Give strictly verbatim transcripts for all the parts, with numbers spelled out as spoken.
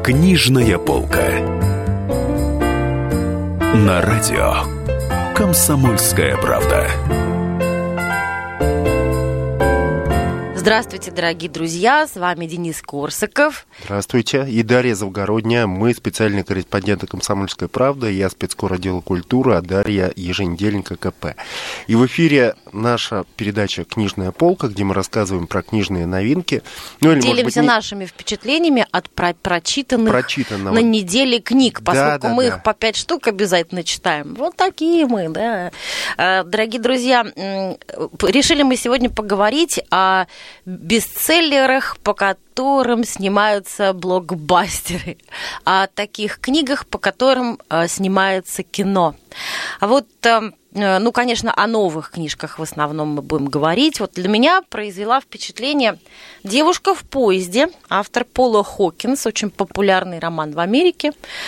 Книжная полка. На радио «Комсомольская правда». Здравствуйте, дорогие друзья, с вами Денис Корсаков. Здравствуйте, и Дарья Завгородняя. Мы специальные корреспонденты «Комсомольской правды». Я спецкор отдела культуры, а Дарья еженедельника ка пэ. И в эфире наша передача «Книжная полка», где мы рассказываем про книжные новинки. Ну, или, Делимся может быть, не... нашими впечатлениями от про- прочитанных Прочитанного. на неделе книг, поскольку да, да, мы да. их по пять штук обязательно читаем. Вот такие мы, да. Дорогие друзья, решили мы сегодня поговорить о бестселлерах, по которым снимаются блокбастеры, о таких книгах, по которым э, снимается кино. А вот, э, ну, конечно, о новых книжках в основном мы будем говорить. Вот для меня произвела впечатление «Девушка в поезде», автор Пола Хокинс, очень популярный роман в Америке.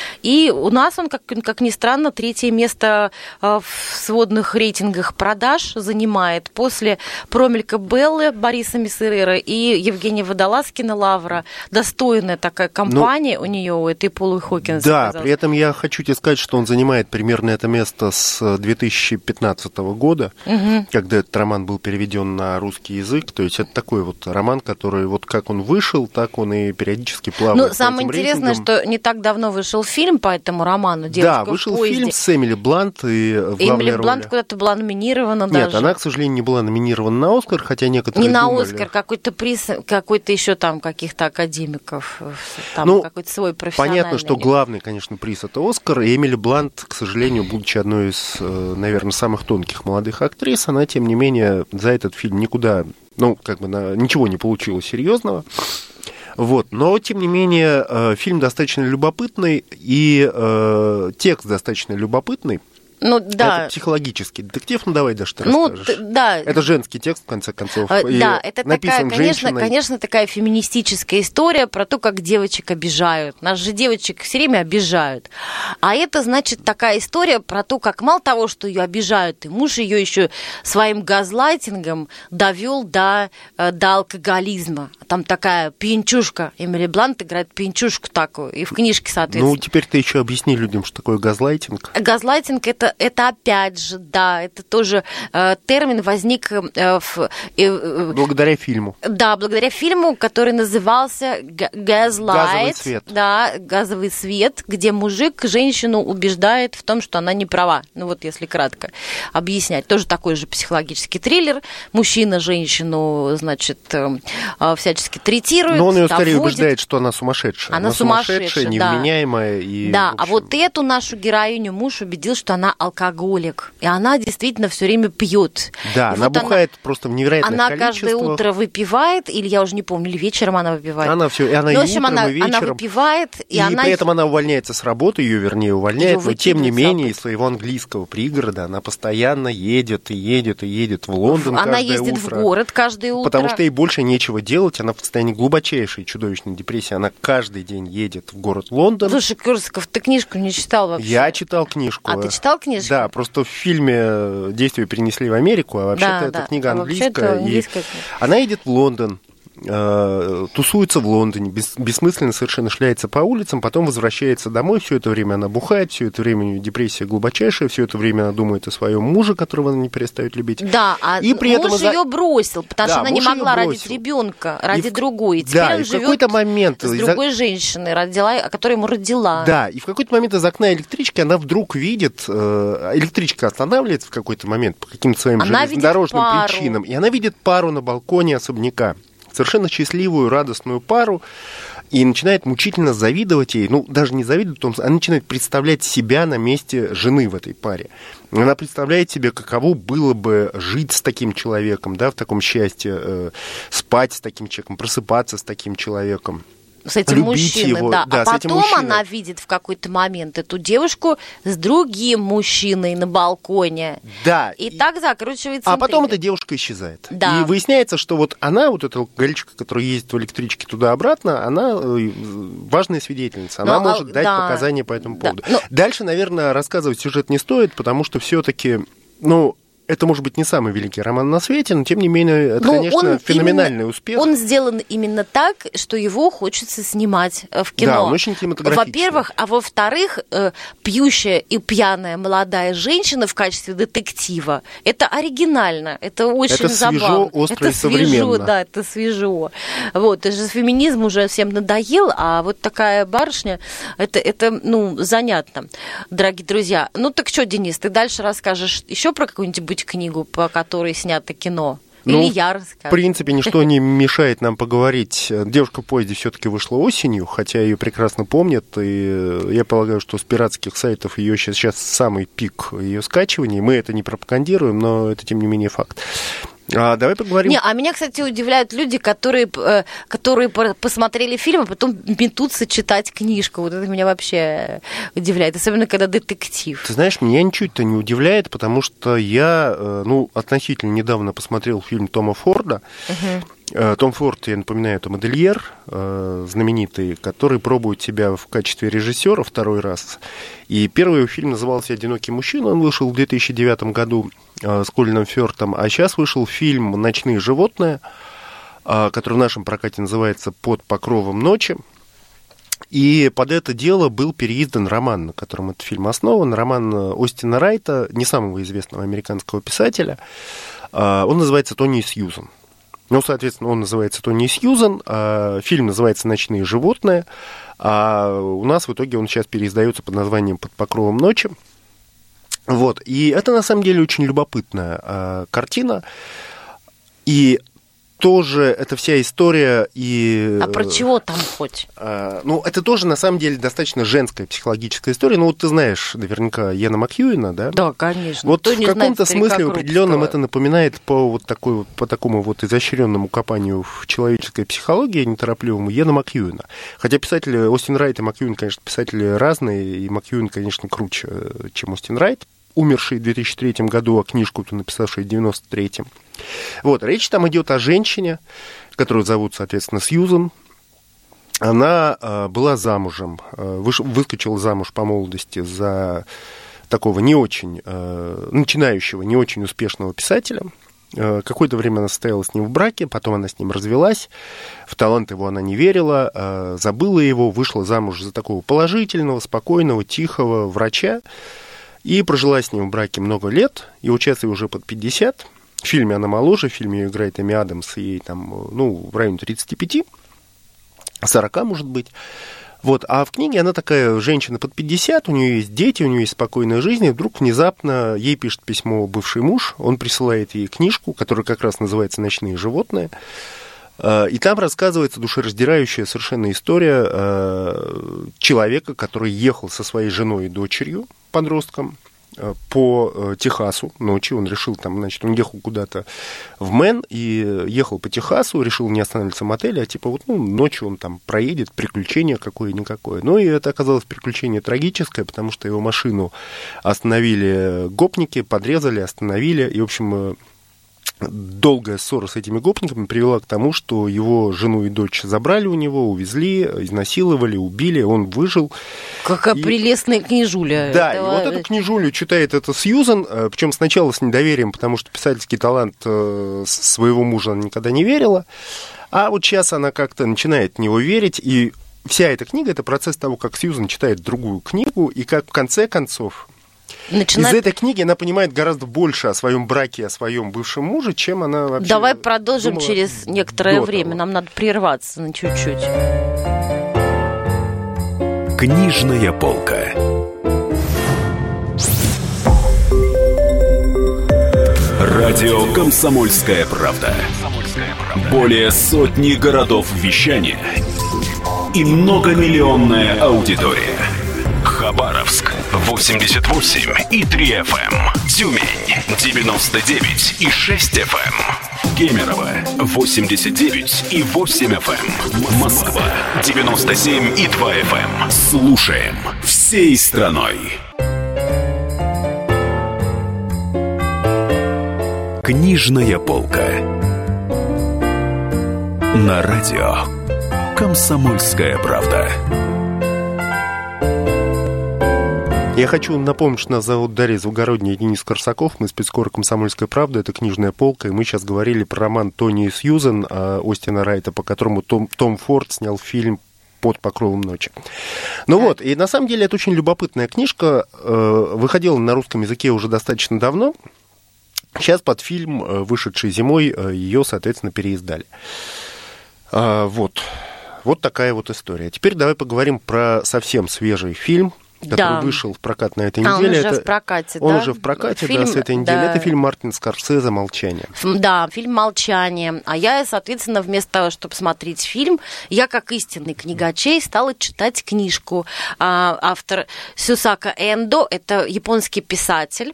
И у нас он, как, как ни странно, третье место в сводных рейтингах продаж занимает после «Промелька Беллы» Бориса Мессерера и Евгения Водолазкина «Лавра». Достойная такая компания ну, у нее, у этой Полы Хокинс. Да, при этом я хочу тебе сказать, что он занимает примерно это место с две тысячи пятнадцатого года, угу. когда этот роман был переведен на русский язык. То есть это такой вот роман, который вот как он вышел, так он и периодически плавает. Ну, самое интересное, рейтингом. Что не так давно вышел фильм по этому роману «Девушка да, вышел в поезде». Фильм с Эмили Блант и в главной Эмили роли. Блант куда-то была номинирована Нет, даже. Нет, она, к сожалению, не была номинирована на Оскар, хотя некоторые Не на думали. Оскар, какой-то приз, какой-то еще там каких-то академиков, там ну, какой-то свой профессиональный. Понятно, что главный, конечно, приз это Оскар, и Эмили Блант, к сожалению, будучи одной из, наверное, самых тонких молодых актрис, она, тем не менее, за этот фильм никуда, ну, как бы, на, ничего не получила серьезного. Вот. Но, тем не менее, фильм достаточно любопытный, и э, текст достаточно любопытный. Ну, да. Это психологический детектив, ну давай, Даша, ты ну, расскажешь. Т- да. Это женский текст, в конце концов. А, и да, это такая, конечно, женщиной. конечно, такая феминистическая история про то, как девочек обижают. Нас же девочек все время обижают. А это, значит, такая история про то, как мало того, что ее обижают, и муж ее еще своим газлайтингом довел до, до алкоголизма. Там такая пьянчушка. Эмили Блант играет пьянчушку такую. И в книжке, соответственно. Ну, теперь ты еще объясни людям, что такое газлайтинг. Газлайтинг это Это опять же, да, это тоже э, термин возник э, в... Э, благодаря фильму. Да, благодаря фильму, который назывался «Gaslight». Газовый свет. Да, «Газовый свет», где мужик женщину убеждает в том, что она не права. Ну вот, если кратко объяснять. Тоже такой же психологический триллер. Мужчина женщину, значит, э, всячески третирует. Но он ее скорее доводит. убеждает, что она сумасшедшая. Она, она сумасшедшая, сумасшедшая, да. невменяемая. И, да, общем... а вот эту нашу героиню муж убедил, что она алкоголик. И она действительно все время пьет. Да, и она вот бухает она, просто в невероятных она количествах. Она каждое утро выпивает, или я уже не помню, или вечером она выпивает. Она все, и она ну, и в общем, утром, она, и вечером. Она выпивает, и, и она... при этом она увольняется с работы, ее, вернее, увольняют, Её но тем не менее запад. из своего английского пригорода она постоянно едет и едет и едет в Лондон она каждое ездит утро. в город каждое утро. Потому что ей больше нечего делать, она в состоянии глубочайшей чудовищной депрессии, она каждый день едет в город Лондон. Слушай, Корсаков, ты книжку не читал вообще? Я читал книжку. А ты читал книжку? Да, просто в фильме действие перенесли в Америку, а вообще-то да, эта да. книга а английская. английская и она едет в Лондон, э, тусуется в Лондоне, бес, бессмысленно совершенно шляется по улицам, потом возвращается домой, все это время она бухает, все это время у нее депрессия глубочайшая, все это время она думает о своем муже, которого она не перестает любить. Да, а и при муж этом ее бросил, потому да, что она не могла родить ребенка ради и другой. И в... теперь да, он и в живет какой-то момент с другой женщиной, родила, которая ему родила. Да, и в какой-то момент из окна электрички она вдруг видит, э, электричка останавливается в какой-то момент по каким-то своим она железнодорожным видит причинам, и она видит пару на балконе особняка. Совершенно счастливую, радостную пару, и начинает мучительно завидовать ей. Ну, даже не завидовать, она начинает представлять себя на месте жены в этой паре. Она представляет себе, каково было бы жить с таким человеком, да, в таком счастье, э, спать с таким человеком, просыпаться с таким человеком. С этим мужчиной, его, да. да. А потом она видит в какой-то момент эту девушку с другим мужчиной на балконе. Да. И, и так закручивается А интрига. потом эта девушка исчезает. Да. И выясняется, что вот она, вот эта алкоголичка, которая ездит в электричке туда-обратно, она важная свидетельница. Она Но, может а, дать да. показания по этому Да. поводу. Но... Дальше, наверное, рассказывать сюжет не стоит, потому что все-таки, ну, Это, может быть, не самый великий роман на свете, но, тем не менее, это, но конечно, феноменальный именно, успех. Он сделан именно так, что его хочется снимать в кино. Да, он очень кинематографичный. Во-первых, а во-вторых, пьющая и пьяная молодая женщина в качестве детектива, это оригинально, это очень это забавно. Это свежо, остро это и современно. Свежо, да, это свежо. Вот, это же феминизм уже всем надоел, а вот такая барышня, это, это ну, занятно, дорогие друзья. Ну так что, Денис, ты дальше расскажешь еще про какую-нибудь книгу, по которой снято кино? Ну, Или я расскажу? В принципе, ничто не мешает нам поговорить. «Девушка в поезде» все-таки вышла осенью, хотя ее прекрасно помнят, и я полагаю, что с пиратских сайтов ее сейчас, сейчас самый пик ее скачиваний. Мы это не пропагандируем, но это, тем не менее, факт. А давай поговорим. Не, а меня, кстати, удивляют люди, которые, которые посмотрели фильм, а потом метутся читать книжку. Вот это меня вообще удивляет, особенно когда детектив. Ты знаешь, меня ничуть-то не удивляет, потому что я, ну, относительно недавно посмотрел фильм Тома Форда. Угу. Том Форд, я напоминаю, это модельер знаменитый, который пробует себя в качестве режиссера второй раз. И первый его фильм назывался «Одинокий мужчина», он вышел в две тысячи девятом году с Колином Фёртом, а сейчас вышел фильм «Ночные животные», который в нашем прокате называется «Под покровом ночи». И под это дело был переиздан роман, на котором этот фильм основан, роман Остина Райта, не самого известного американского писателя. Он называется «Тони и Сьюзан». Ну, соответственно, он называется «Тони и Сьюзан», а фильм называется «Ночные животные», а у нас в итоге он сейчас переиздается под названием «Под покровом ночи». Вот, и это, на самом деле, очень любопытная а, картина, и тоже это вся история и... А про чего там хоть? А, ну, это тоже, на самом деле, достаточно женская психологическая история. Ну, вот ты знаешь наверняка Йена Макьюина, да? Да, конечно. Вот Кто в каком-то смысле определенном это напоминает по вот такой, по такому вот изощренному копанию в человеческой психологии неторопливому Йена Макьюина. Хотя писатели Остин Райт и Макьюин, конечно, писатели разные, и Макьюин, конечно, круче, чем Остин Райт, умерший в две тысячи третьем году, а книжку-то написавший в девяносто третьем. Вот, речь там идет о женщине, которую зовут, соответственно, Сьюзан. Она э, была замужем, э, выш, выскочила замуж по молодости за такого не очень, э, начинающего, не очень успешного писателя. Э, какое-то время она состояла с ним в браке, потом она с ним развелась, в талант его она не верила, э, забыла его, вышла замуж за такого положительного, спокойного, тихого врача и прожила с ним в браке много лет, и участие уже под пятьдесят. В фильме она моложе, в фильме ее играет Эми Адамс, ей там, ну, в районе тридцати пяти, сорока, может быть. Вот. А в книге она такая женщина под пятьдесят, у нее есть дети, у нее есть спокойная жизнь, и вдруг внезапно ей пишет письмо бывший муж, он присылает ей книжку, которая как раз называется «Ночные животные», и там рассказывается душераздирающая совершенно история человека, который ехал со своей женой и дочерью, подростком, по Техасу ночью. Он решил там, значит, он ехал куда-то в Мэн и ехал по Техасу, решил не останавливаться в мотеле, а типа вот, ну, ночью он там проедет, приключение какое-никакое. Ну, и это оказалось приключение трагическое, потому что его машину остановили гопники, подрезали, остановили, и, в общем, долгая ссора с этими гопниками привела к тому, что его жену и дочь забрали у него, увезли, изнасиловали, убили, он выжил. Какая и... прелестная книжуля. Да, этого... и вот эту книжулю читает это Сьюзан, причем сначала с недоверием, потому что писательский талант своего мужа она никогда не верила, а вот сейчас она как-то начинает в него верить, и вся эта книга — это процесс того, как Сьюзан читает другую книгу, и как в конце концов Начинает... из этой книги она понимает гораздо больше о своем браке, о своем бывшем муже, чем она вообще... Давай продолжим думала через некоторое до время. того. Нам надо прерваться на чуть-чуть. Книжная полка. Радио «Комсомольская правда». Более сотни городов вещания и многомиллионная аудитория. Хабаровск восемьдесят восемь и три эф эм, Тюмень девяносто девять и шесть эф эм, Кемерово восемьдесят девять и восемь эф эм, Москва девяносто семь и два эф эм. Слушаем всей страной. Книжная полка. На радио «Комсомольская правда». Я хочу напомнить, что нас зовут Дарья Завгородняя и Денис Корсаков. Мы спецкор «Комсомольская правда». Это книжная полка. И мы сейчас говорили про роман «Тони и Сьюзен» Остина Райта, по которому Том, Том Форд снял фильм «Под покровом ночи». Ну вот, и на самом деле это очень любопытная книжка. Выходила на русском языке уже достаточно давно. Сейчас под фильм, вышедший зимой, ее, соответственно, переиздали. Вот. Вот такая вот история. Теперь давай поговорим про совсем свежий фильм, который да. вышел в прокат на этой а, неделе. Он уже это... в прокате, Он да? уже в прокате, фильм, да, с этой недели. Да. Это фильм Мартина Скорсезе «Молчание». Да, фильм «Молчание». А я, соответственно, вместо того, чтобы смотреть фильм, я, как истинный книгачей, стала читать книжку. Автор Сюсака Эндо, это японский писатель.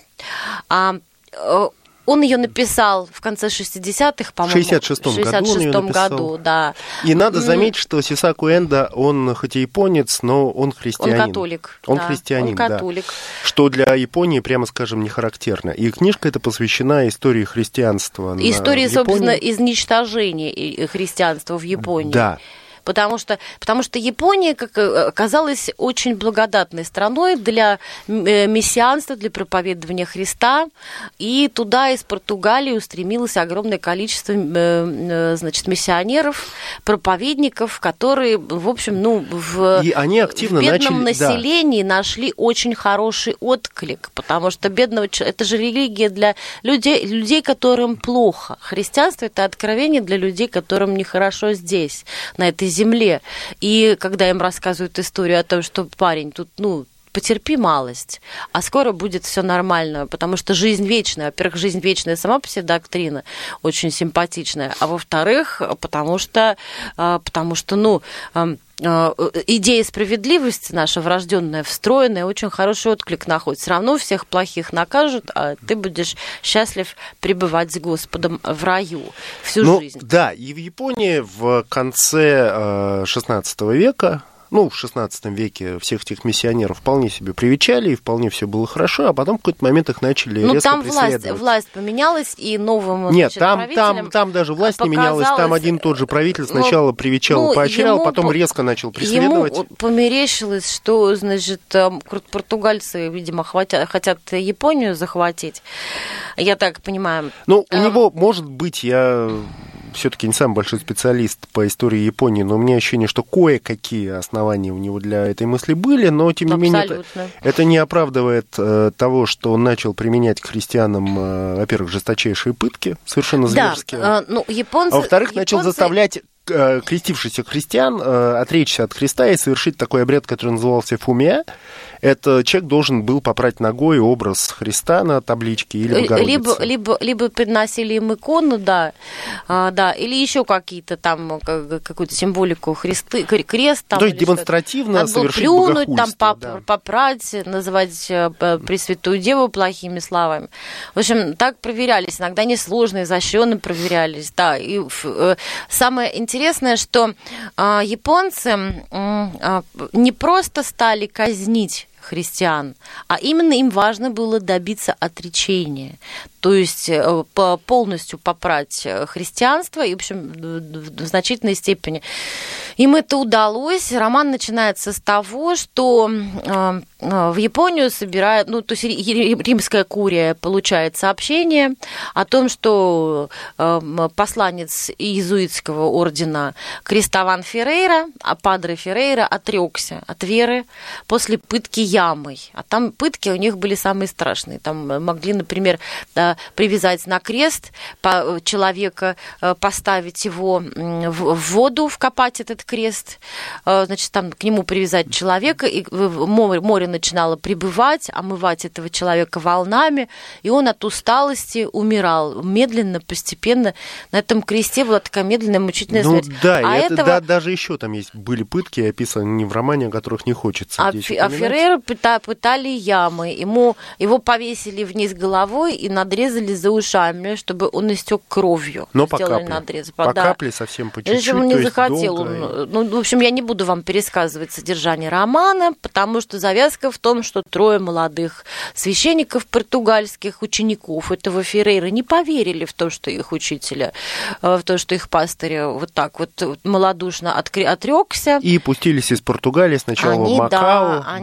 Он ее написал в конце шестидесятых, по-моему. В шестьдесят шестом году он ее написал. году, да. И надо заметить, что Сисаку Эндо, он хоть и японец, но он христианин. Он католик. Он да, христианин, он католик. Да. Что для Японии, прямо скажем, не характерно. И книжка эта посвящена истории христианства. Истории, собственно, изничтожения христианства в Японии. Да. Потому что, потому что Япония, как оказалась, очень благодатной страной для мессианства, для проповедования Христа. И туда из Португалии устремилось огромное количество, значит, миссионеров, проповедников, которые, в общем, ну, в, и они активно в бедном начали, населении да. нашли очень хороший отклик. Потому что бедного, это же религия для людей, людей, которым плохо. Христианство – это откровение для людей, которым нехорошо здесь, на этой земле. И когда им рассказывают историю о том, что парень тут, ну, потерпи малость, а скоро будет все нормально, потому что жизнь вечная. Во-первых, жизнь вечная сама по себе доктрина очень симпатичная, а во-вторых, потому что, потому что, ну, идея справедливости наша врожденная, встроенная, очень хороший отклик находит. Все равно всех плохих накажут, а ты будешь счастлив пребывать с Господом в раю всю ну, жизнь. Да, и в Японии в конце шестнадцатого века, ну, в шестнадцатом веке всех этих миссионеров вполне себе привечали, и вполне все было хорошо, а потом в какой-то момент их начали ну, резко там преследовать. власть, власть поменялась, и новым Нет, значит, там, там, там даже власть не менялась, там один и тот же правитель сначала ну, привечал ну, и поощрял, ему, потом резко начал преследовать. Ему померещилось, что, значит, португальцы, видимо, хотят, хотят Японию захватить, я так понимаю. Ну, у него, может быть, я... все-таки не самый большой специалист по истории Японии, но у меня ощущение, что кое-какие основания у него для этой мысли были, но, тем не менее, это, это не оправдывает э, того, что он начал применять к христианам, э, во-первых, жесточайшие пытки, совершенно зверские. Да, э, ну, японцы... А во-вторых, японцы... начал заставлять э, крестившихся христиан э, отречься от Христа и совершить такой обряд, который назывался фумия. Это человек должен был попрать ногой образ Христа на табличке или Богородицы. Либо, либо, либо приносили им икону, да, а, да, или еще какие-то там, какую-то символику Христы, крест. Там, то есть демонстративно совершить плюнуть, там, поп, да. попрать, называть Пресвятую Деву плохими словами. В общем, так проверялись. Иногда несложно, изощренно проверялись, да. И самое интересное, что японцы не просто стали казнить христиан, а именно им важно было добиться отречения, то есть полностью попрать христианство, и, в общем, в значительной степени им это удалось. Роман начинается с того, что в Японию собирают, ну, то есть римская курия получает сообщение о том, что посланец иезуитского ордена Кристован Феррейра, а Падре Феррейра отрекся от веры после пытки ямой. А там пытки у них были самые страшные. Там могли, например, привязать на крест человека, поставить его в воду, вкопать этот крест, значит, там к нему привязать человека, и море начинало прибывать, омывать этого человека волнами, и он от усталости умирал. Медленно, постепенно на этом кресте была такая медленная, мучительная ну, смерть. Да, а это, этого... да, даже еще там есть были пытки, описаны не в романе, о которых не хочется а, здесь а Феррейра пытали ямы. Ему, его повесили вниз головой и надрезали за ушами, чтобы он истек кровью. Но по Сделали капле. Надрез. По да. капле совсем по чуть-чуть. Если он не захотел. Долго... Он, ну, в общем, я не буду вам пересказывать содержание романа, потому что завязка в том, что трое молодых священников португальских, учеников этого Феррейра, не поверили в то, что их учителя, в то, что их пастыря вот так вот малодушно отрекся. И пустились из Португалии сначала они, в Макао, да, в они Гоа,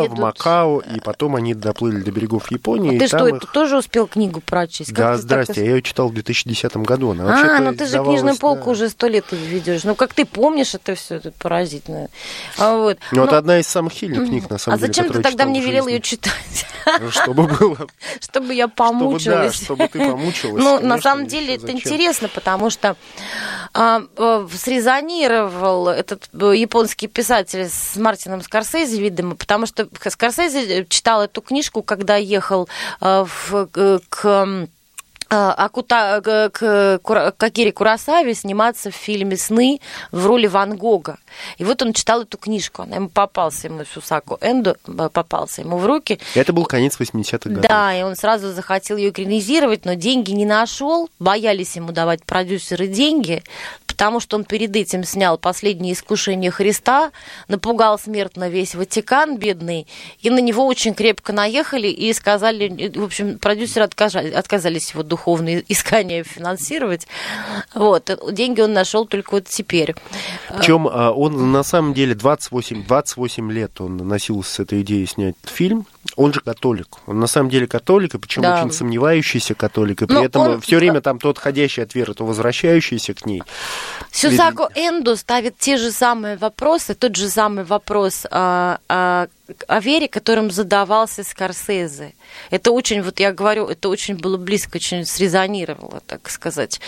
в Макао, и потом они доплыли до берегов Японии. А ты что, их... ты тоже успел книгу прочесть? Да, как здрасте, так... я ее читал в две тысячи десятом году. Она а, ну ты же книжную полку да. уже сто лет ведешь. Ну, как ты помнишь, это все это поразительно. А вот. Ну, ну, это одна из самых сильных книг, на самом а деле. А зачем ты тогда мне велел ее читать? Чтобы было... Чтобы я помучилась. Чтобы, да, чтобы ты помучилась. Ну, на самом деле, это интересно, потому что а, срезонировал этот японский писатель с Мартином Скорсезе, видимо, потому что Скорсезе читал эту книжку, когда ехал а, в, к... Акута, к, к, к Акире Куросаве сниматься в фильме «Сны» в роли Ван Гога. И вот он читал эту книжку, она ему попался, ему Сусаку Эндо попался ему в руки. Это был конец восьмидесятых годов. Да, и он сразу захотел ее экранизировать, но деньги не нашел, боялись ему давать продюсеры деньги, потому что он перед этим снял «Последнее искушение Христа», напугал смертно весь Ватикан, бедный, и на него очень крепко наехали и сказали, в общем, продюсеры отказались, отказались его духовные искания финансировать. Вот. Деньги он нашел только вот теперь. Причем он на самом деле двадцать восемь, двадцать восемь лет он носился с этой идеей снять фильм. Он же католик. Он на самом деле католик, и причем да. очень сомневающийся католик. И при Но этом он... все время там то отходящий от веры, то возвращающийся к ней. Сюсако Эндо ставит те же самые вопросы, тот же самый вопрос о, о, о вере, которым задавался Скорсезе. Это очень, вот я говорю, это очень было близко, очень срезонировало, так сказать.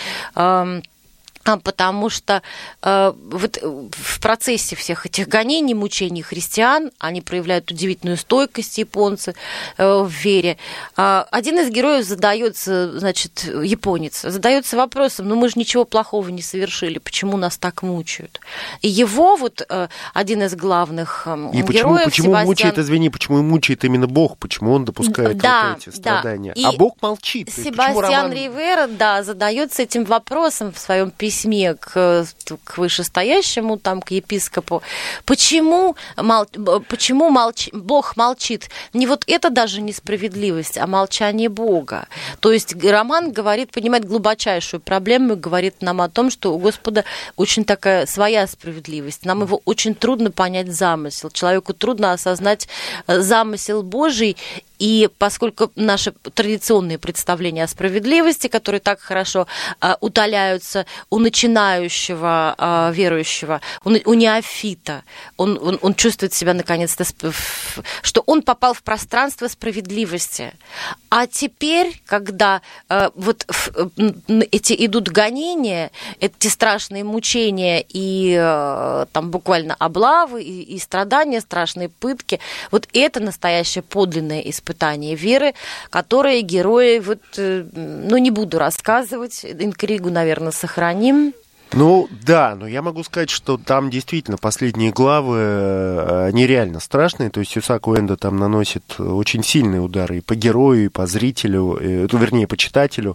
Потому что э, вот в процессе всех этих гонений, мучений христиан, они проявляют удивительную стойкость, японцы, э, в вере. Э, один из героев задается, значит, японец, задается вопросом, ну мы же ничего плохого не совершили, почему нас так мучают? И его вот э, один из главных э, И героев, почему, почему Себастьян... мучает, извини, почему мучает именно Бог, почему он допускает да, вот эти страдания? Да. А Бог молчит. Себастьян Роман... Ривера, да, задается этим вопросом в своем письме письме к, к вышестоящему, там, к епископу, почему, мол, почему молч, Бог молчит? Не вот это даже несправедливость, а молчание Бога. То есть роман говорит, понимает глубочайшую проблему и говорит нам о том, что у Господа очень такая своя справедливость. Нам его очень трудно понять замысел. Человеку трудно осознать замысел Божий. И поскольку наши традиционные представления о справедливости, которые так хорошо а, утоляются у начинающего а, верующего, у, у неофита, он, он, он чувствует себя наконец-то, что он попал в пространство справедливости. А теперь, когда а, вот эти идут гонения, эти страшные мучения и а, там буквально облавы, и, и страдания, страшные пытки, вот это настоящее подлинное испытание. Испытание веры, которые герои, вот, ну, не буду рассказывать, интригу, наверное, сохраним. Ну, да, но я могу сказать, что там действительно последние главы, они реально страшные, то есть Сюсаку Эндо там наносит очень сильные удары и по герою, и по зрителю, и, вернее, по читателю,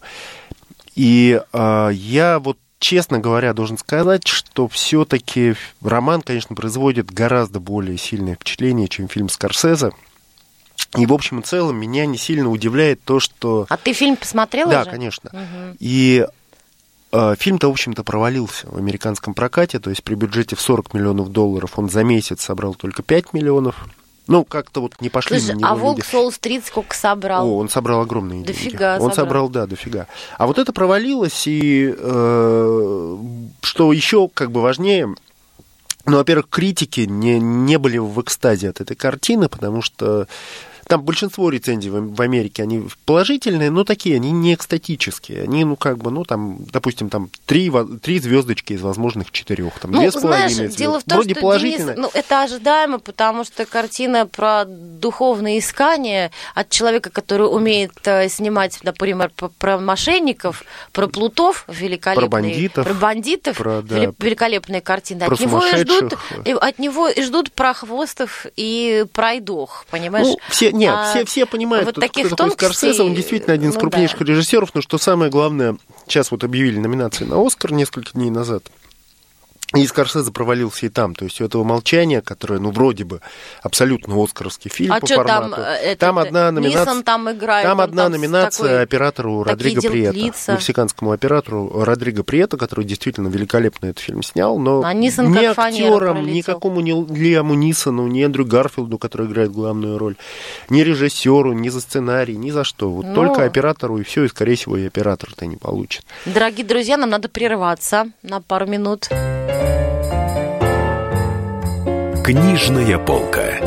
и э, я вот, честно говоря, должен сказать, что все-таки роман, конечно, производит гораздо более сильное впечатление, чем фильм Скорсезе. И, в общем и целом, меня не сильно удивляет то, что... А ты фильм посмотрел да, уже? Да, конечно. Угу. И э, фильм-то, в общем-то, провалился в американском прокате, то есть при бюджете в сорок миллионов долларов он за месяц собрал только пять миллионов. Ну, как-то вот не пошли Слушай, на него а «Волк люди. с Уолл-стрит» сколько собрал? О, он собрал огромные деньги. Дофига Он собрал. собрал, да, дофига. А вот это провалилось, и э, что еще как бы важнее... Ну, во-первых, критики не, не были в экстазе от этой картины, потому что там большинство рецензий в, в Америке, они положительные, но такие, они не экстатические. Они, ну, как бы, ну, там, допустим, там три, три звездочки из возможных четырех, там, ну, две с знаешь, половиной. дело в том, Вроде что, положительно. Денис, ну, это ожидаемо, потому что картина про духовное искание от человека, который умеет э, снимать, например, про, про мошенников, про плутов великолепные, про бандитов, про бандитов про, да, великолепные картины. Про от него и ждут, от него и ждут прохвостов и пройдох, понимаешь? Ну, все, нет, а, все, все понимают, вот кто таких такой Скорсезе, он действительно один из ну, крупнейших да. режиссеров, но что самое главное, сейчас вот объявили номинации на «Оскар» несколько дней назад. И Скорсезе провалился и там. То есть у этого «Молчания», которое, ну, вроде бы абсолютно оскаровский фильм а по что формату. Там, это, там одна номинация, Нисон там играет. там одна там номинация такой, оператору Родриго Прието, мексиканскому оператору Родриго Прието, который действительно великолепно этот фильм снял, но а Нисон ни как актерам, никакому ни Лиаму Нисону, ни Эндрю Гарфилду, который играет главную роль, ни режиссеру, ни за сценарий, ни за что. Вот но... только оператору, и все, и, скорее всего, и оператор-то не получит. Дорогие друзья, нам надо прерваться на пару минут. Книжная полка.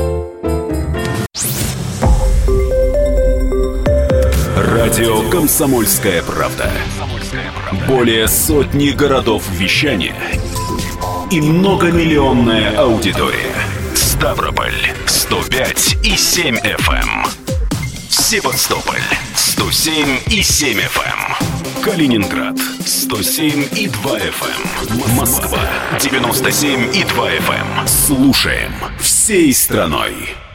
Радио «Комсомольская правда». Более сотни городов вещания и многомиллионная аудитория. Ставрополь сто пять и семь эф эм. Севастополь сто семь и семь эф эм. Калининград сто семь и два эф эм. Москва девяносто семь и два эф эм. Слушаем всей страной.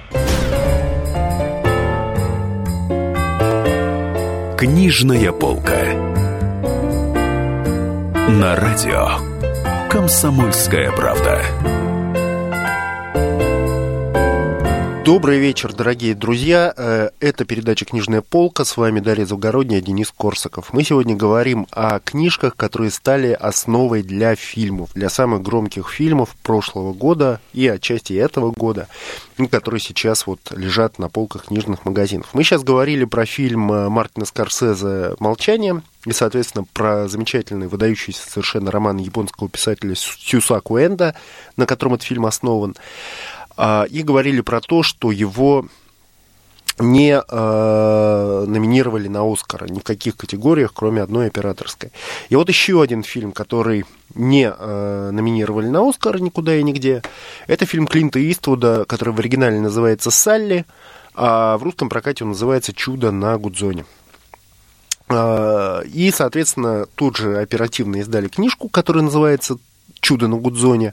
Книжная полка. На радио «Комсомольская правда». Добрый вечер, дорогие друзья. Это передача «Книжная полка». С вами Дарья Завгородняя, Денис Корсаков. Мы сегодня говорим о книжках, которые стали основой для фильмов, для самых громких фильмов прошлого года и отчасти этого года, которые сейчас вот лежат на полках книжных магазинов. Мы сейчас говорили про фильм Мартина Скорсезе «Молчание» и, соответственно, про замечательный, выдающийся совершенно роман японского писателя Сюсаку Энда, на котором этот фильм основан. И говорили про то, что его не э, номинировали на «Оскара» ни в каких категориях, кроме одной операторской. И вот еще один фильм, который не э, номинировали на «Оскар» никуда и нигде, это фильм Клинта Иствуда, который в оригинале называется «Салли», а в русском прокате он называется «Чудо на Гудзоне». И, соответственно, тут же оперативно издали книжку, которая называется «Чудо на Гудзоне».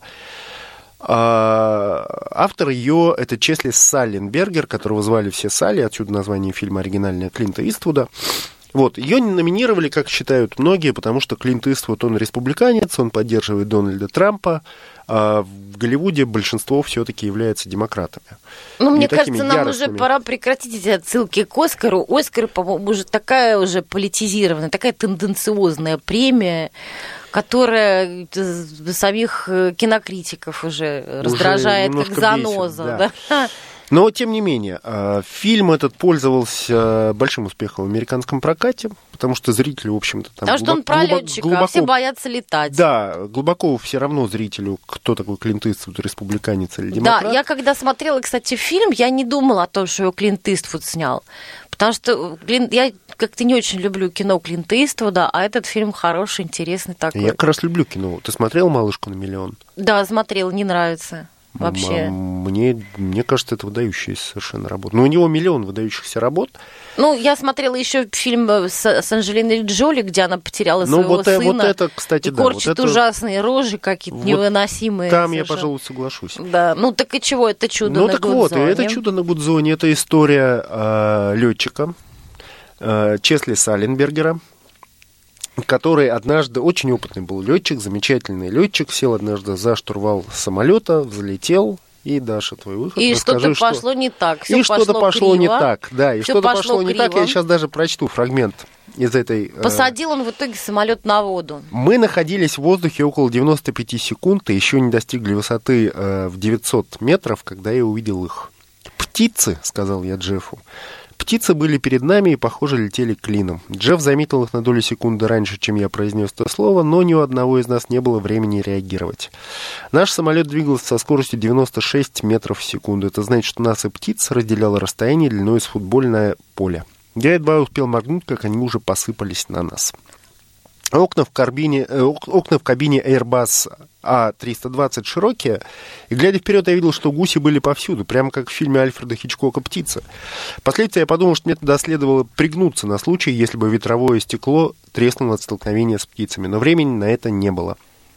Автор ее — это Чесли Салленбергер, которого звали все Салли, отсюда название фильма оригинальное Клинта Иствуда. Вот, ее не номинировали, как считают многие, потому что Клинт Иствуд, он республиканец, он поддерживает Дональда Трампа, а в Голливуде большинство все-таки является демократами. Ну, мне кажется, нам яростными. Уже пора прекратить эти отсылки к Оскару. Оскар, по-моему, уже такая уже политизированная, такая тенденциозная премия, которая самих кинокритиков уже, уже раздражает, как заноза. Бесит, да. Да. Но, тем не менее, фильм этот пользовался большим успехом в американском прокате, потому что зрители, в общем-то, там... Потому что он про летчика, глубоко, а все боятся летать. Да, глубоко все равно зрителю, кто такой Клинт Иствуд, республиканец или демократ. Да, я когда смотрела, кстати, фильм, я не думала о том, что его Клинт Иствуд снял. Потому что я как-то не очень люблю кино Клинта Иствуда, а этот фильм хороший, интересный такой. Я как раз люблю кино. Ты смотрела «Малышку на миллион»? Да, смотрела, не нравится. Вообще. Мне, мне кажется, это выдающаяся совершенно работа. Но у него миллион выдающихся работ. Ну, я смотрела еще фильм с, с Анджелиной Джоли, где она потеряла ну, своего вот, сына. Вот это, кстати, и да. корчит вот это... ужасные рожи, какие-то вот невыносимые. Там совершенно. Я, пожалуй, соглашусь. Да. Ну, так и чего? Это чудо ну, на так Гудзоне. Вот, это чудо на Гудзоне. Это история э, летчика э, Чесли Салленбергера, который однажды, очень опытный был летчик, замечательный летчик, сел однажды за штурвал самолета, взлетел. И, Даша, твой выход. И Расскажи, что-то пошло что... не так. Всё и пошло что-то пошло криво. не так. Да, и Всё что-то пошло, пошло не криво. так. Я сейчас даже прочту фрагмент из этой... Посадил он в итоге самолет на воду. Мы находились в воздухе около девяносто пять секунд и еще не достигли высоты в девятьсот метров, когда я увидел их. «Птицы», — сказал я Джеффу. Птицы были перед нами и, похоже, летели клином. Джефф заметил их на долю секунды раньше, чем я произнес это слово, но ни у одного из нас не было времени реагировать. Наш самолет двигался со скоростью девяносто шесть метров в секунду. Это значит, что нас и птиц разделяло расстояние длиной с футбольное поле. Я едва успел моргнуть, как они уже посыпались на нас. Окна в кабине, э, окна в кабине Airbus А триста двадцать широкие, и, глядя вперед, я видел, что гуси были повсюду, прямо как в фильме Альфреда Хичкока «Птица». Впоследствии я подумал, что мне туда следовало пригнуться на случай, если бы ветровое стекло треснуло от столкновения с птицами, но времени на это не было.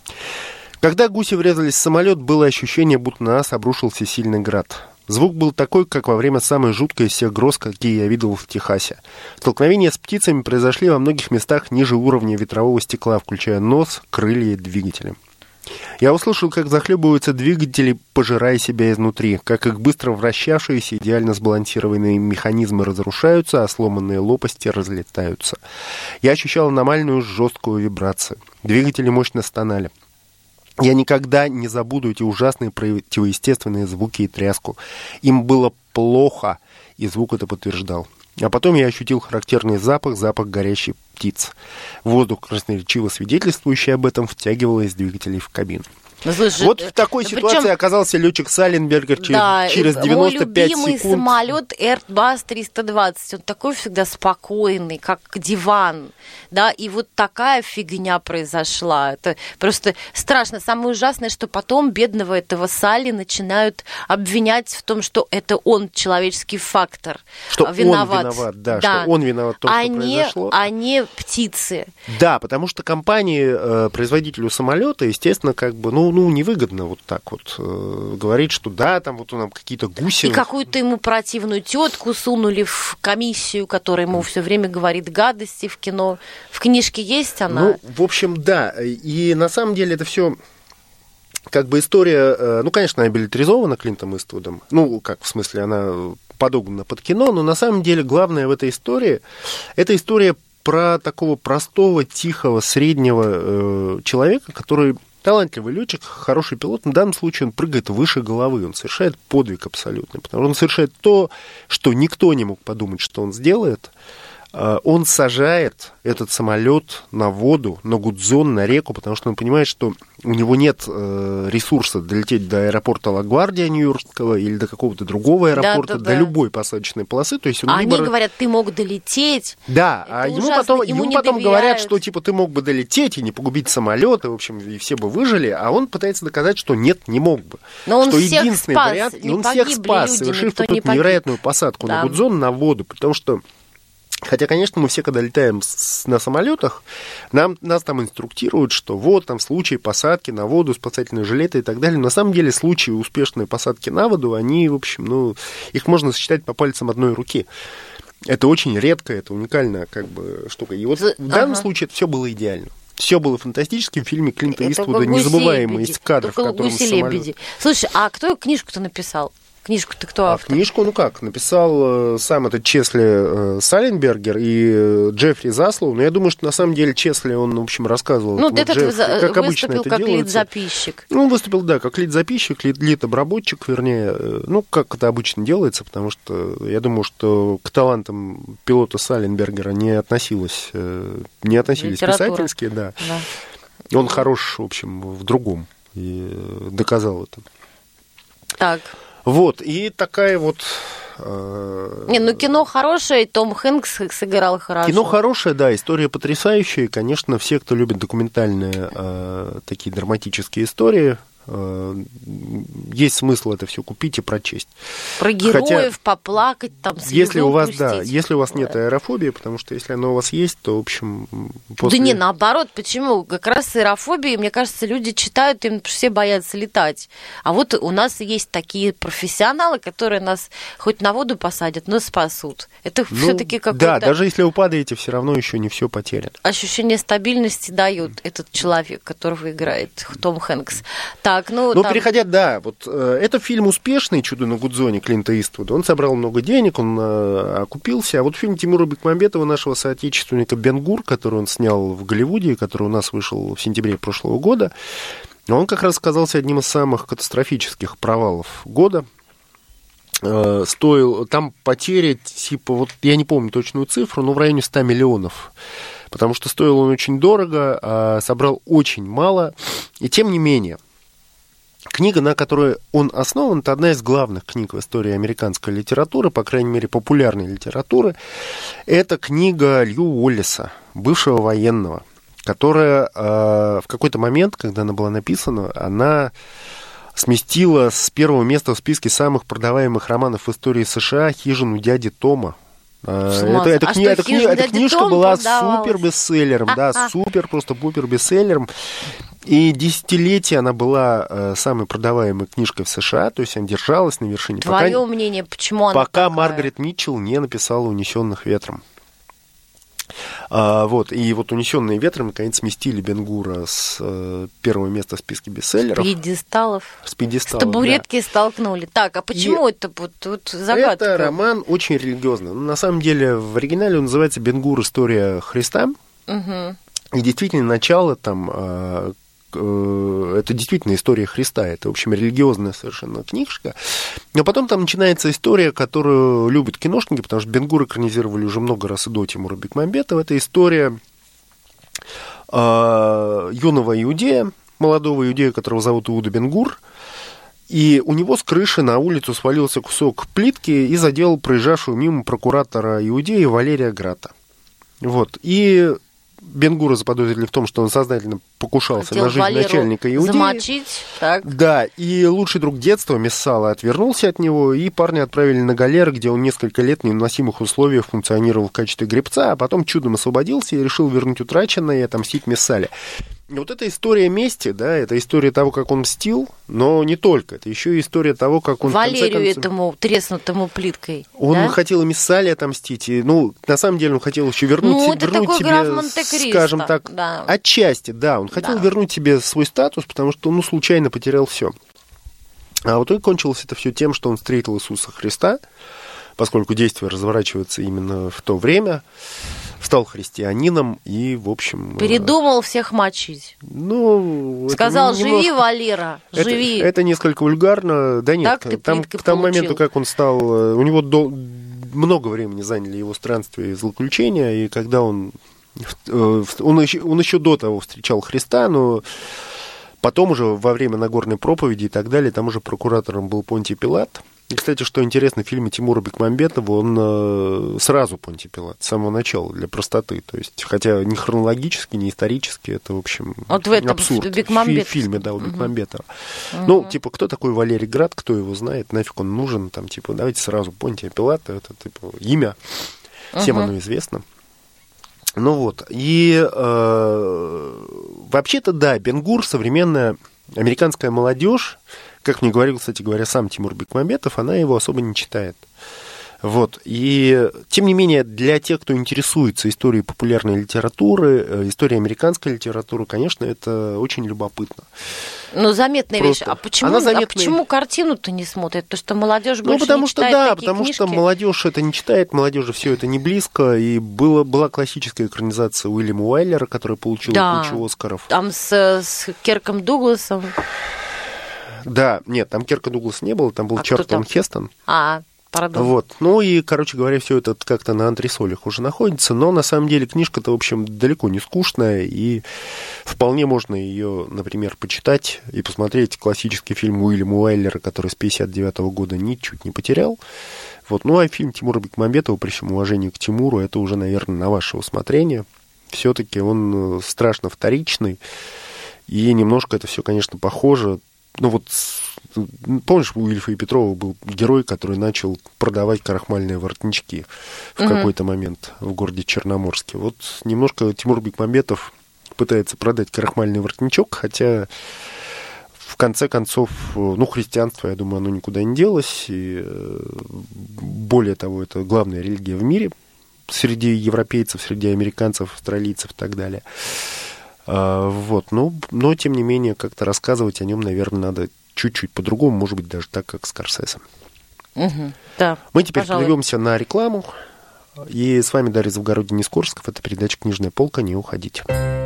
Когда гуси врезались в самолет, было ощущение, будто на нас обрушился сильный град. Звук был такой, как во время самой жуткой из всех гроз, какие я видел в Техасе. Столкновения с птицами произошли во многих местах ниже уровня ветрового стекла, включая нос, крылья и двигатели. Я услышал, как захлебываются двигатели, пожирая себя изнутри, как их быстро вращавшиеся, идеально сбалансированные механизмы разрушаются, а сломанные лопасти разлетаются. Я ощущал аномальную жесткую вибрацию. Двигатели мощно стонали. Я никогда не забуду эти ужасные противоестественные звуки и тряску. Им было плохо, и звук это подтверждал. А потом я ощутил характерный запах, запах горящей птиц. Воздух, красноречиво свидетельствующий об этом, втягивал из двигателей в кабину. Ну, слушай, вот в такой причем, ситуации оказался летчик Салленбергер через, да, через девяносто пять секунд. Мой любимый самолет Airbus триста двадцать, он такой всегда спокойный, как диван, да, и вот такая фигня произошла. Это просто страшно. Самое ужасное, что потом бедного этого Салли начинают обвинять в том, что это он, человеческий фактор, что виноват. он виноват, да, да. что он виноват в том, а что не, произошло. А не птицы. Да, потому что компании, э, производителю самолета, естественно, как бы, ну, ну, невыгодно вот так вот э, говорить, что да, там вот у нас какие-то гуси. И какую-то ему противную тетку сунули в комиссию, которая ему все время говорит гадости в кино. В книжке есть она? Ну, в общем, да. И на самом деле это все как бы история, ну, конечно, она билетризована Клинтом Иствудом. Ну, как в смысле, она подогнана под кино, но на самом деле главное в этой истории, это история про такого простого, тихого, среднего э, человека, который талантливый летчик, хороший пилот. В данном случае он прыгает выше головы, он совершает подвиг абсолютный, потому что он совершает то, что никто не мог подумать, что он сделает. Он сажает этот самолет на воду, на Гудзон, на реку, потому что он понимает, что у него нет ресурса долететь до аэропорта Ла-Гвардия Нью-Йоркского или до какого-то другого аэропорта, да, да, до да. любой посадочной полосы. То есть он а либо... они говорят, ты мог долететь. Да, это а ему ужасно. потом, ему ему потом говорят, что типа ты мог бы долететь и не погубить самолет, и, в общем, и все бы выжили, а он пытается доказать, что нет, не мог бы. Но он что всех единственный спас, вариант, и он погибли всех спас, люди, совершив тут не невероятную посадку да. на Гудзон, на воду, потому что хотя, конечно, мы все, когда летаем с, на самолетах, нам, нас там инструктируют, что вот там случаи посадки на воду, спасательные жилеты и так далее. На самом деле случаи успешной посадки на воду, они, в общем, ну, их можно сосчитать по пальцам одной руки. Это очень редкая, это уникальная как бы штука. И вот в данном ага. случае это все было идеально. Все было фантастически в фильме Клинта Иствуда, незабываемый из кадров, в котором самолет. Слушай, а кто книжку-то написал? Книжку-то кто автор? А книжку, ну как, написал э, сам этот Чесли э, Салленбергер и э, Джеффри Заслоу. Но я думаю, что на самом деле Чесли, он, в общем, рассказывал. Ну, этот Джеффри, за... как обычно выступил это как делается. лид-записчик. Ну, он выступил, да, как лид-записчик, лид- лид-обработчик, вернее. Э, ну, как это обычно делается, потому что я думаю, что к талантам пилота Салленбергера не относилось, э, не относились Литература. писательские, да. да. Он хорош, в общем, в другом. И доказал это. Так. Вот, и такая вот... Э... Не, ну кино хорошее, Том Хэнкс сыграл хорошо. Кино хорошее, да, история потрясающая. Конечно, все, кто любит документальные э, такие драматические истории, э, есть смысл это все купить и прочесть. Про героев Хотя, поплакать, там, слезу если у вас, пустить. да, если у вас да. нет аэрофобии, потому что если она у вас есть, то, в общем... После... Да не, наоборот, почему? Как раз с аэрофобией, мне кажется, люди читают, им все боятся летать. А вот у нас есть такие профессионалы, которые нас хоть на воду посадят, но спасут. Это ну, все-таки какое-то... Да, даже если вы падаете, все равно еще не все потеряно. Ощущение стабильности дает этот человек, которого играет Том Хэнкс. Так, ну... Ну, там... переходя, да, вот э, это фильм успешный, «Чудо на Гудзоне» Клинта Иствуда. Он собрал много денег, он э, окупился. А вот фильм Тимура Бекмамбетова, нашего соотечественника «Бен-Гур», который он снял в Голливуде, который у нас вышел в сентябре прошлого года, он как раз оказался одним из самых катастрофических провалов года. Э, стоил, там потери, типа, вот я не помню точную цифру, но в районе ста миллионов. Потому что стоил он очень дорого, а собрал очень мало. И тем не менее, книга, на которой он основан, это одна из главных книг в истории американской литературы, по крайней мере, популярной литературы. Это книга Лью Уоллеса, бывшего военного, которая э, в какой-то момент, когда она была написана, она сместила с первого места в списке самых продаваемых романов в истории США «Хижину дяди Тома». Это, эта, а кни, эта, кни, эта книжка Том была супер-бестселлером, да, супер, просто пупер-бестселлером. И десятилетия она была э, самой продаваемой книжкой в США, то есть она держалась на вершине. Твое пока, мнение, почему она Пока такая? Маргарет Митчелл не написала «Унесенных ветром». А, вот, и вот «Унесенные ветром» наконец сместили Бен-Гура с э, первого места в списке бестселлеров. С пьедесталов. С пьедесталов, С табуретки да. столкнули. Так, а почему и это вот тут загадка? Это роман очень религиозный. Ну, на самом деле, в оригинале он называется «Бен-Гур. История Христа». Угу. И действительно, начало там... Э, это действительно история Христа, это, в общем, религиозная совершенно книжка. Но потом там начинается история, которую любят киношники, потому что Бен-Гур экранизировали уже много раз и до Тимура Бекмамбетова. Это история э, юного иудея, молодого иудея, которого зовут Иуда Бен-Гур, и у него с крыши на улицу свалился кусок плитки и задел проезжавшего мимо прокуратора иудея Валерия Грата. Вот, и... Бен-Гура заподозрили в том, что он сознательно покушался Хотел на жизнь Валеру начальника иудеи. Замочить, так. Да, и лучший друг детства Мессала отвернулся от него, и парня отправили на галеры, где он несколько лет в невыносимых условиях функционировал в качестве гребца, а потом чудом освободился и решил вернуть утраченное и отомстить Мессале. И вот эта история мести, да, это история того, как он мстил, но не только. Это еще и история того, как он... Валерию в конце концов, этому треснутому плиткой. Он да? хотел и Мессале отомстить. И, ну, на самом деле он хотел еще вернуть, ну, себе, это вернуть такой граф себе, Монте-Кристо, скажем так, да. отчасти, да. Он хотел да. вернуть себе свой статус, потому что он, ну, случайно потерял все. А вот и кончилось это все тем, что он встретил Иисуса Христа, поскольку действие разворачивается именно в то время, стал христианином и, в общем... Передумал всех мочить. Ну... Сказал, немножко... живи, Валера, это, живи. Это несколько вульгарно. Да нет, так там к тому моменту, как он стал... У него до... много времени заняли его странствия и злоключения, и когда он... Он еще, он еще до того встречал Христа, но... Потом уже во время Нагорной проповеди и так далее, там уже прокуратором был Понтий Пилат. И, кстати, что интересно, в фильме Тимура Бекмамбетова он э, сразу Понтий Пилат, с самого начала, для простоты. То есть, хотя ни хронологически, ни исторически, это, в общем, вот в этом абсурд. Бекмамбет... В фильме, да, у угу. Бекмамбетова. Угу. Ну, типа, кто такой Валерий Град, кто его знает, нафиг он нужен, там, типа, давайте сразу Понтия Пилата, это, типа, имя, всем угу. оно известно. Ну вот, и э, вообще-то, да, Бен-Гур, современная американская молодежь, как мне говорил, кстати говоря, сам Тимур Бекмамбетов, она его особо не читает. Вот, и тем не менее, для тех, кто интересуется историей популярной литературы, историей американской литературы, конечно, это очень любопытно. Ну, заметная Просто. вещь. А почему, заметная... а почему картину-то не смотрят? Потому что молодежь больше ну, потому не что, читает да, такие потому книжки. что молодежь это не читает, молодежи все это не близко. И было, была классическая экранизация Уильяма Уайлера, который получил да. кучу Оскаров. Там с, с Кирком Дугласом. Да, нет, там Кирка Дугласа не было, там был а Чарльтон Хестон. А, пардон. Вот. Ну и, короче говоря, все это как-то на антресолях уже находится, но на самом деле книжка-то, в общем, далеко не скучная, и вполне можно ее, например, почитать и посмотреть классический фильм Уильяма Уайлера, который с пятьдесят девятого года ничуть не потерял. Вот. Ну а фильм Тимура Бекмамбетова, при всем уважении к Тимуру, это уже, наверное, на ваше усмотрение. Все-таки он страшно вторичный, и немножко это все, конечно, похоже. Ну вот, помнишь, у Ильфа и Петрова был герой, который начал продавать крахмальные воротнички в угу. какой-то момент в городе Черноморске. Вот немножко Тимур Бекмамбетов пытается продать крахмальный воротничок, хотя в конце концов, ну, христианство, я думаю, оно никуда не делось. И более того, это главная религия в мире среди европейцев, среди американцев, австралийцев и так далее. Вот, но, но, тем не менее, как-то рассказывать о нем, наверное, надо чуть-чуть по-другому, может быть, даже так, как Скорсезе. Угу, да, мы теперь пожалуй. прервемся на рекламу. И с вами Дарья Завгородний-Нескорсков. Это передача «Книжная полка». Не уходите.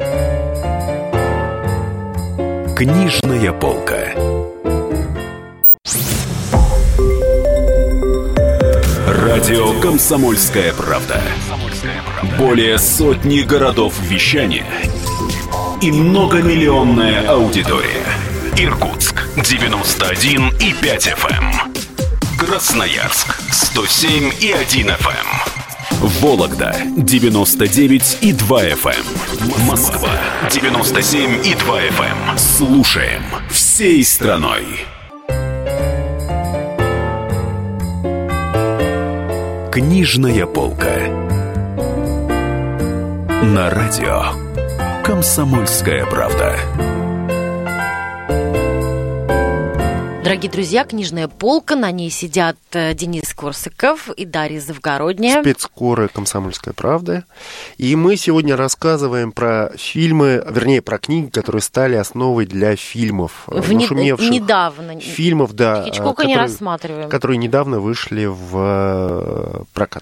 Книжная полка. Радио «Комсомольская правда». Более сотни городов вещания и многомиллионная аудитория. Иркутск девяносто один и пять эф эм, Красноярск сто семь и один эф эм, Вологда девяносто девять и два эф эм, Москва девяносто семь и два эф эм. Слушаем всей страной. Книжная полка. На радио «Комсомольская правда». Дорогие друзья, книжная полка, на ней сидят Денис Корсаков и Дарья Завгородняя. Спецкоры «Комсомольская правда». И мы сегодня рассказываем про фильмы, вернее, про книги, которые стали основой для фильмов. В нашумевших недавно. Фильмов, да. Хичкока которые, не рассматриваем. Которые недавно вышли в прокат.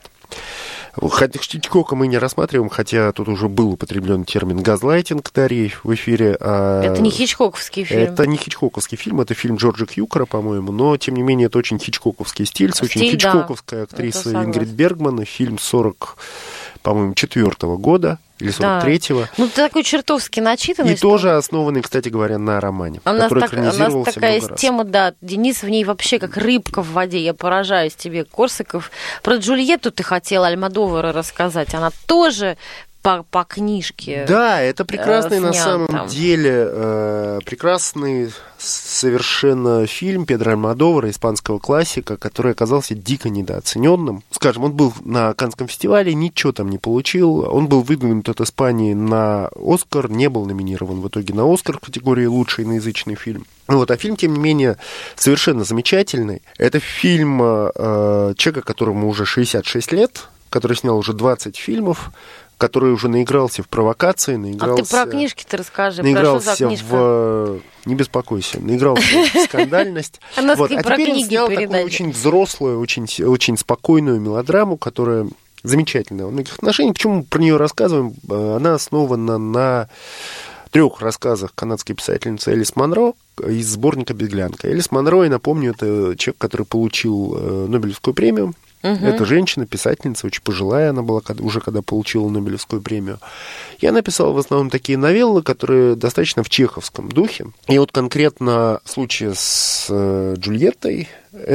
Хотя Хичкока мы не рассматриваем, хотя тут уже был употреблен термин «газлайтинг», Дарья, в эфире. Это не хичкоковский фильм. Это не хичкоковский фильм, это фильм Джорджа Кьюкера, по-моему, но, тем не менее, это очень хичкоковский стиль, с очень стиль, хичкоковской да, актрисой Ингрид Бергман, фильм сорок, по-моему, четвёртого года. Или сорок третьего. Да. Ну, ты такой чертовски начитанный. И что... тоже основанный, кстати говоря, на романе, у который так, экранизировался у нас такая много раз. тема, да, Денис в ней вообще как рыбка в воде. Я поражаюсь тебе, Корсаков. Про Джульетту ты хотел Альмодовара рассказать. Она тоже по, по книжке. Да, это прекрасный э, на самом там. деле, э, прекрасный совершенно фильм Педро Альмодовара, испанского классика, который оказался дико недооцененным. Скажем, он был на Каннском фестивале, ничего там не получил. Он был выдвинут от Испании на Оскар, не был номинирован в итоге на Оскар в категории «Лучший иноязычный фильм». Вот, а фильм, тем не менее, совершенно замечательный. Это фильм э, человека, которому уже шестьдесят шесть лет, который снял уже двадцать фильмов, который уже наигрался в провокации, наигрался... А ты про книжки-то расскажи, наигрался про что за книжка? в... Не беспокойся, наигрался в скандальность. Вот. А теперь он снял такую очень взрослую, очень, очень спокойную мелодраму, которая замечательная во многих отношениях. Почему мы про нее рассказываем? Она основана на трех рассказах канадской писательницы Элис Монро из сборника «Беглянка». Элис Монро, я напомню, это человек, который получил Нобелевскую премию. Угу. Это женщина, писательница, очень пожилая она была, уже когда получила Нобелевскую премию. И она писала в основном такие новеллы, которые достаточно в чеховском духе. И вот конкретно в случае с Джульеттой,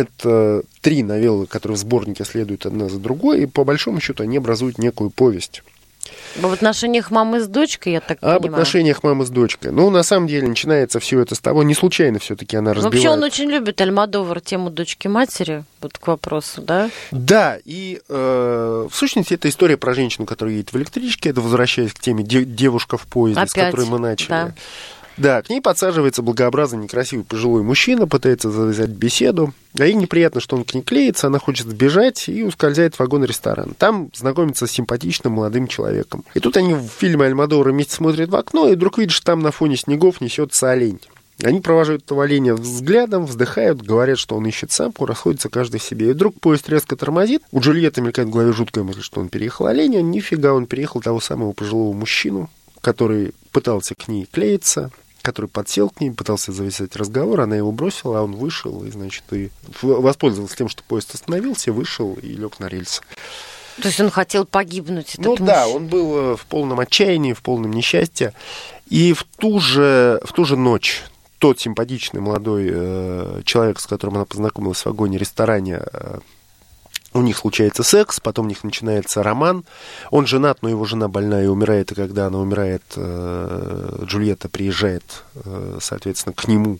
это три новеллы, которые в сборнике следуют одна за другой, и по большому счету они образуют некую повесть. В отношениях мамы с дочкой, я так а понимаю. Об отношениях мамы с дочкой. Ну, на самом деле, начинается все это с того, не случайно все-таки она разбивает. Вообще он очень любит Альмодовар, тему дочки-матери, вот к вопросу, да? Да, и э, в сущности это история про женщину, которая едет в электричке, это возвращаясь к теме девушка в поезде, Опять, с которой мы начали. Да. Да, к ней подсаживается благообразный, некрасивый пожилой мужчина, пытается завязать беседу. А ей неприятно, что он к ней клеится, она хочет сбежать и ускользает в вагон-ресторан. Там знакомится с симпатичным молодым человеком. И тут они в фильме Альмодовара вместе смотрят в окно, и вдруг видят, что там на фоне снегов несется олень. Они провожают этого оленя взглядом, вздыхают, говорят, что он ищет самку, расходятся каждый себе. И вдруг поезд резко тормозит. У Джульетты мелькает в голове жуткая мысль, что он переехал оленя. Нифига, он переехал того самого пожилого мужчину, который пытался к ней клеиться, который подсел к ней, пытался завязать разговор, она его бросила, а он вышел, и, значит, и воспользовался тем, что поезд остановился, вышел и лег на рельсы. То есть он хотел погибнуть, этот Ну муж. Да, он был в полном отчаянии, в полном несчастье. И в ту же, в ту же ночь тот симпатичный молодой э, человек, с которым она познакомилась в вагоне-ресторане, э, у них случается секс, потом у них начинается роман. Он женат, но его жена больная и умирает, и когда она умирает, э, Джульетта приезжает, э, соответственно, к нему,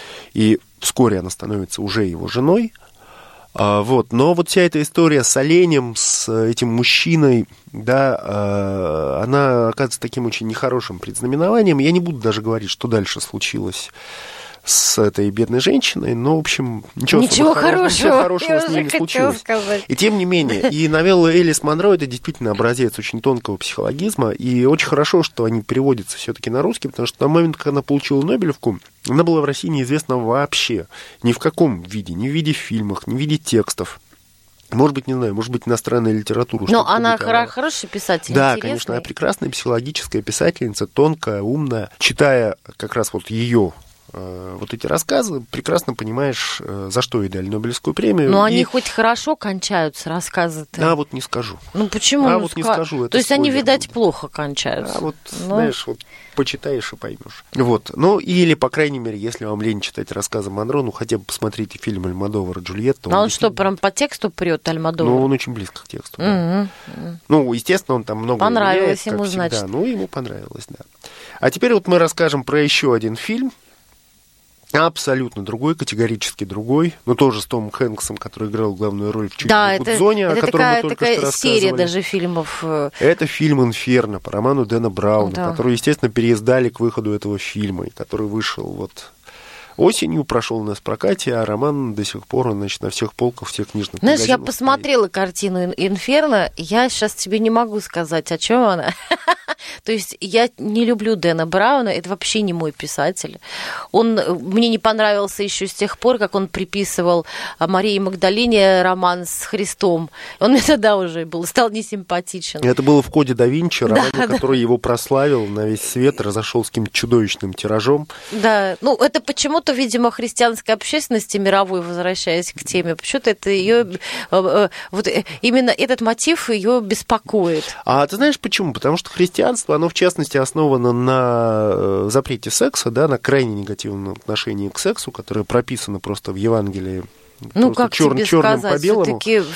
и вскоре она становится уже его женой. А, вот. Но вот вся эта история с оленем, с этим мужчиной, да, э, она оказывается таким очень нехорошим предзнаменованием. Я не буду даже говорить, что дальше случилось с этой бедной женщиной, но, в общем, ничего, ничего хорошего, хорошего, ничего хорошего с ней не случилось. Сказать. И тем не менее, и новелла Элис Монро — это действительно образец очень тонкого психологизма, и очень хорошо, что они переводятся все-таки на русский, потому что на момент, когда она получила Нобелевку, она была в России неизвестна вообще ни в каком виде, ни в виде фильмов, ни в виде текстов. Может быть, не знаю, может быть, иностранная литература. Но она хор- хороший писатель, да, интересный. конечно, она прекрасная психологическая писательница, тонкая, умная. Читая как раз вот ее вот эти рассказы, прекрасно понимаешь, за что ей дали Нобелевскую премию. Но и... они хоть хорошо кончаются, рассказы-то. А вот не скажу. Ну почему? А ну, вот ска... не скажу. То есть спойлер. они, видать, плохо кончаются. А вот, Но... знаешь, вот почитаешь и поймешь. Вот. Ну, или, по крайней мере, если вам лень читать рассказы Монро, ну, хотя бы посмотрите фильм Альмодовара «Джульетта». А он, он действительно... что, прям по тексту прет, Альмодовар? Ну, он очень близко к тексту. Да. Mm-hmm. Ну, естественно, он там много понравилось меняет, ему, как значит. всегда. Ну, ему понравилось, да. А теперь вот мы расскажем про еще один фильм. Абсолютно другой, категорически другой, но тоже с Томом Хэнксом, который играл главную роль в «Чуде да, в Гудзоне», это, о это котором такая, мы только такая что рассказывали. серия даже фильмов. Это фильм «Инферно» по роману Дэна Брауна, да. который, естественно, переиздали к выходу этого фильма, и который вышел вот осенью прошел у нас в прокате, а роман до сих пор, значит, на всех полках, всех книжных Знаешь, магазинах. я посмотрела стоит. Картину «Инферно», я сейчас тебе не могу сказать, о чем она. То есть я не люблю Дэна Брауна, это вообще не мой писатель. Он мне не понравился еще с тех пор, как он приписывал Марии Магдалине роман с Христом. Он мне тогда уже был, стал несимпатичен. Это было в «Коде да Винчи», роман, да, который да. его прославил на весь свет, разошел с каким-то чудовищным тиражом. Да, ну это почему-то, видимо, христианской общественности мировой, возвращаясь к теме, почему-то это ее, вот именно этот мотив ее беспокоит. А ты знаешь почему? Потому что христианство, оно в частности основано на запрете секса, да, на крайне негативном отношении к сексу, которое прописано просто в Евангелии. Ну, как чер- тебе черным сказать, по белому.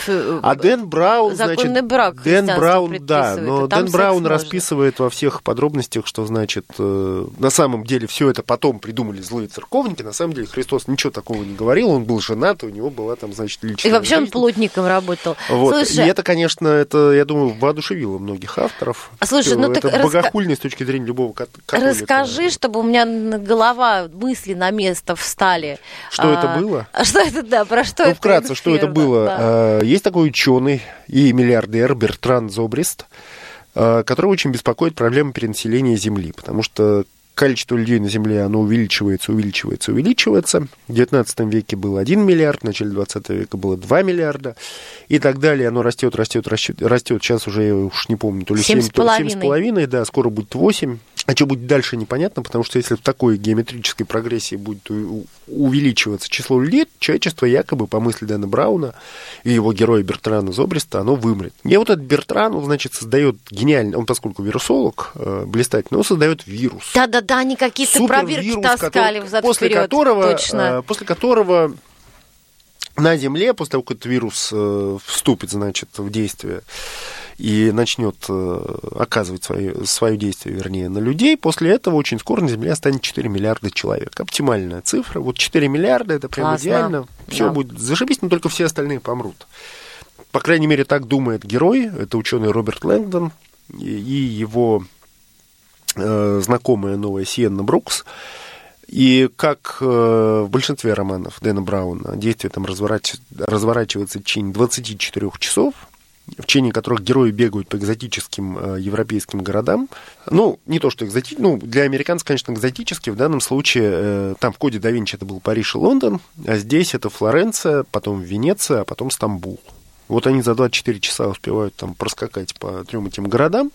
А Дэн Браун, законный значит, брак Дэн Браун, да, но Дэн Браун можно. расписывает во всех подробностях, что, значит, э, на самом деле все это потом придумали злые церковники, на самом деле Христос ничего такого не говорил, он был женат, у него была там, значит, личная И вообще жизнь. Он плотником работал. Вот. Слушай, и это, конечно, это, я думаю, воодушевило многих авторов. Слушай, ну это так богохульно раска... с точки зрения любого католика. Расскажи, чтобы у меня голова, мысли на место встали. Что а, это было? Что это, да, про что ну, это? Вкратце, что это было? Да. Есть такой ученый и миллиардер Бертран Зобрист, который очень беспокоит проблему перенаселения Земли, потому что количество людей на Земле, оно увеличивается, увеличивается, увеличивается. В девятнадцатом веке было один миллиард, в начале двадцатого века было два миллиарда, и так далее. Оно растет, растет, растет, растет. Сейчас уже, я уж не помню, то ли семь, то ли семь с половиной, да, скоро будет восемь. А что будет дальше, непонятно, потому что если в такой геометрической прогрессии будет увеличиваться число людей, человечество якобы, по мысли Дэна Брауна и его героя Бертрана Зобриста, оно вымрет. И вот этот Бертран, он, значит, создает гениальный, он, поскольку вирусолог, э, блистательный, он создает вирус. Да-да-да, они какие-то пробирки таскали взад после вперед. Которого, точно. Э, после которого на Земле, после того, как этот вирус э, вступит, значит, в действие, и начнет э, оказывать свое, свое действие, вернее, на людей, после этого очень скоро на Земле останется четыре миллиарда человек. Оптимальная цифра. Вот четыре миллиарда, это прям Классно. Идеально. Все да. будет зашибись, но только все остальные помрут. По крайней мере, так думает герой. Это ученый Роберт Лэнгдон и его э, знакомая новая Сиенна Брукс. И как э, в большинстве романов Дэна Брауна действие там разворач... разворачивается в течение двадцати четырёх часов, в течение которых герои бегают по экзотическим э, европейским городам. Ну, не то, что экзотическим, ну, для американцев, конечно, экзотический. В данном случае, э, там в «Коде да Винчи» это был Париж и Лондон, а здесь это Флоренция, потом Венеция, а потом Стамбул. Вот они за двадцать четыре часа успевают там проскакать по трем этим городам,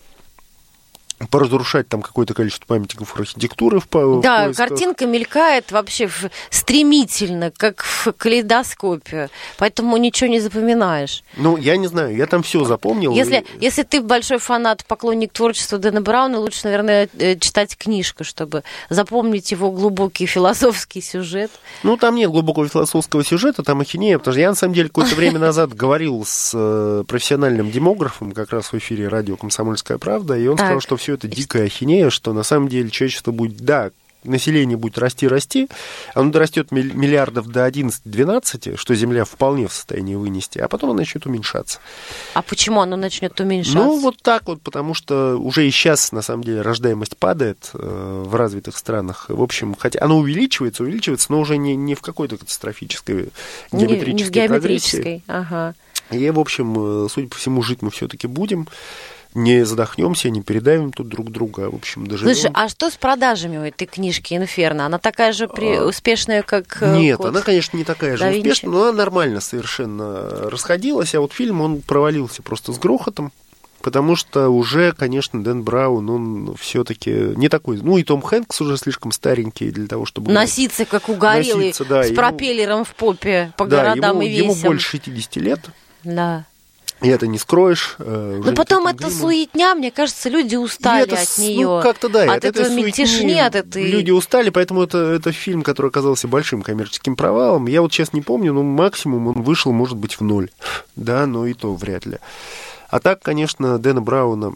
поразрушать там какое-то количество памятников архитектуры. В, да, в картинка мелькает вообще в, стремительно, как в калейдоскопе, поэтому ничего не запоминаешь. Ну, я не знаю, я там все запомнил. Если, и... если ты большой фанат, поклонник творчества Дэна Брауна, лучше, наверное, читать книжку, чтобы запомнить его глубокий философский сюжет. Ну, там нет глубокого философского сюжета, там ахинея, потому что я, на самом деле, какое-то время назад говорил с профессиональным демографом, как раз в эфире радио «Комсомольская правда», и он так. сказал, что все это дикая ахинея, что на самом деле человечество будет, да, население будет расти-расти, оно дорастет миллиардов до одиннадцати-двенадцати, что Земля вполне в состоянии вынести, а потом оно начнет уменьшаться. А почему оно начнет уменьшаться? Ну, вот так вот, потому что уже и сейчас, на самом деле, рождаемость падает э, в развитых странах. В общем, хотя оно увеличивается, увеличивается, но уже не, не в какой-то катастрофической геометрической, не, не в геометрической. Ага. И, в общем, судя по всему, жить мы все-таки будем. Не задохнемся, не передавим тут друг друга, в общем, доживем. Слушай, а что с продажами у этой книжки «Инферно»? Она такая же при... а... успешная, как Нет, «Код она, конечно, не такая же да успешная, но она нормально совершенно расходилась, а вот фильм, он провалился просто с грохотом, потому что уже, конечно, Дэн Браун, он все-таки не такой, ну и Том Хэнкс уже слишком старенький для того, чтобы... Носиться, как угорелый, носиться, да, с ему... пропеллером в попе по да, городам ему, и весям. Ему больше шестидесяти лет. Да. И это не скроешь. Э, Но потом эта гримом. Суетня, мне кажется, люди устали это, от нее. Ну, как-то да. От этого мельтешни, от этой... Люди устали, поэтому это, это фильм, который оказался большим коммерческим провалом. Я вот сейчас не помню, но максимум он вышел, может быть, в ноль. Да, но и то вряд ли. А так, конечно, Дэна Брауна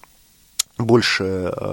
больше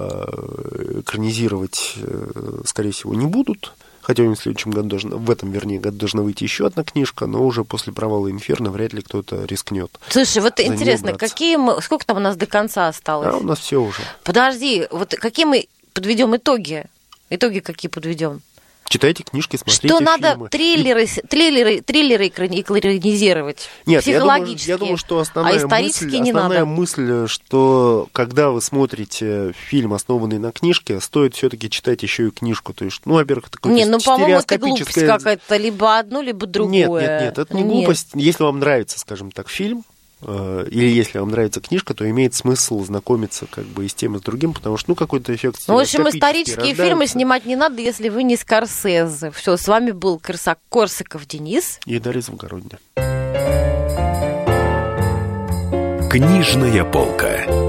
э, экранизировать, э, скорее всего, не будут. Хотя в следующем году, должна, в этом, вернее, году должна выйти еще одна книжка, но уже после провала «Инферно» вряд ли кто-то рискнет. Слушай, вот интересно, какие мы, сколько там у нас до конца осталось? А у нас все уже. Подожди, вот какие мы подведем итоги? Итоги какие подведем? Читайте книжки, смотрите Что фильмы. надо триллеры, триллеры, триллеры экранизировать? Нет, психологически. Я думаю, я думаю, что основная, а исторически мысль, не основная надо. мысль, что когда вы смотрите фильм, основанный на книжке, стоит все-таки читать еще и книжку. То есть, ну, во-первых, такое Не, ну, по-моему, это глупость стереоскопическое... какая-то. Либо одно, либо другое. Нет, нет, нет, это не Нет. глупость. Если вам нравится, скажем так, фильм, или если вам нравится книжка, то имеет смысл знакомиться как бы и с тем, и с другим, потому что, ну, какой-то эффект Ну, в общем, стереоскопический исторические рождается. фильмы снимать не надо, если вы не Скорсезе. Все, с вами был Корсак, Корсаков Денис. И Дарья Завгородняя. Книжная полка.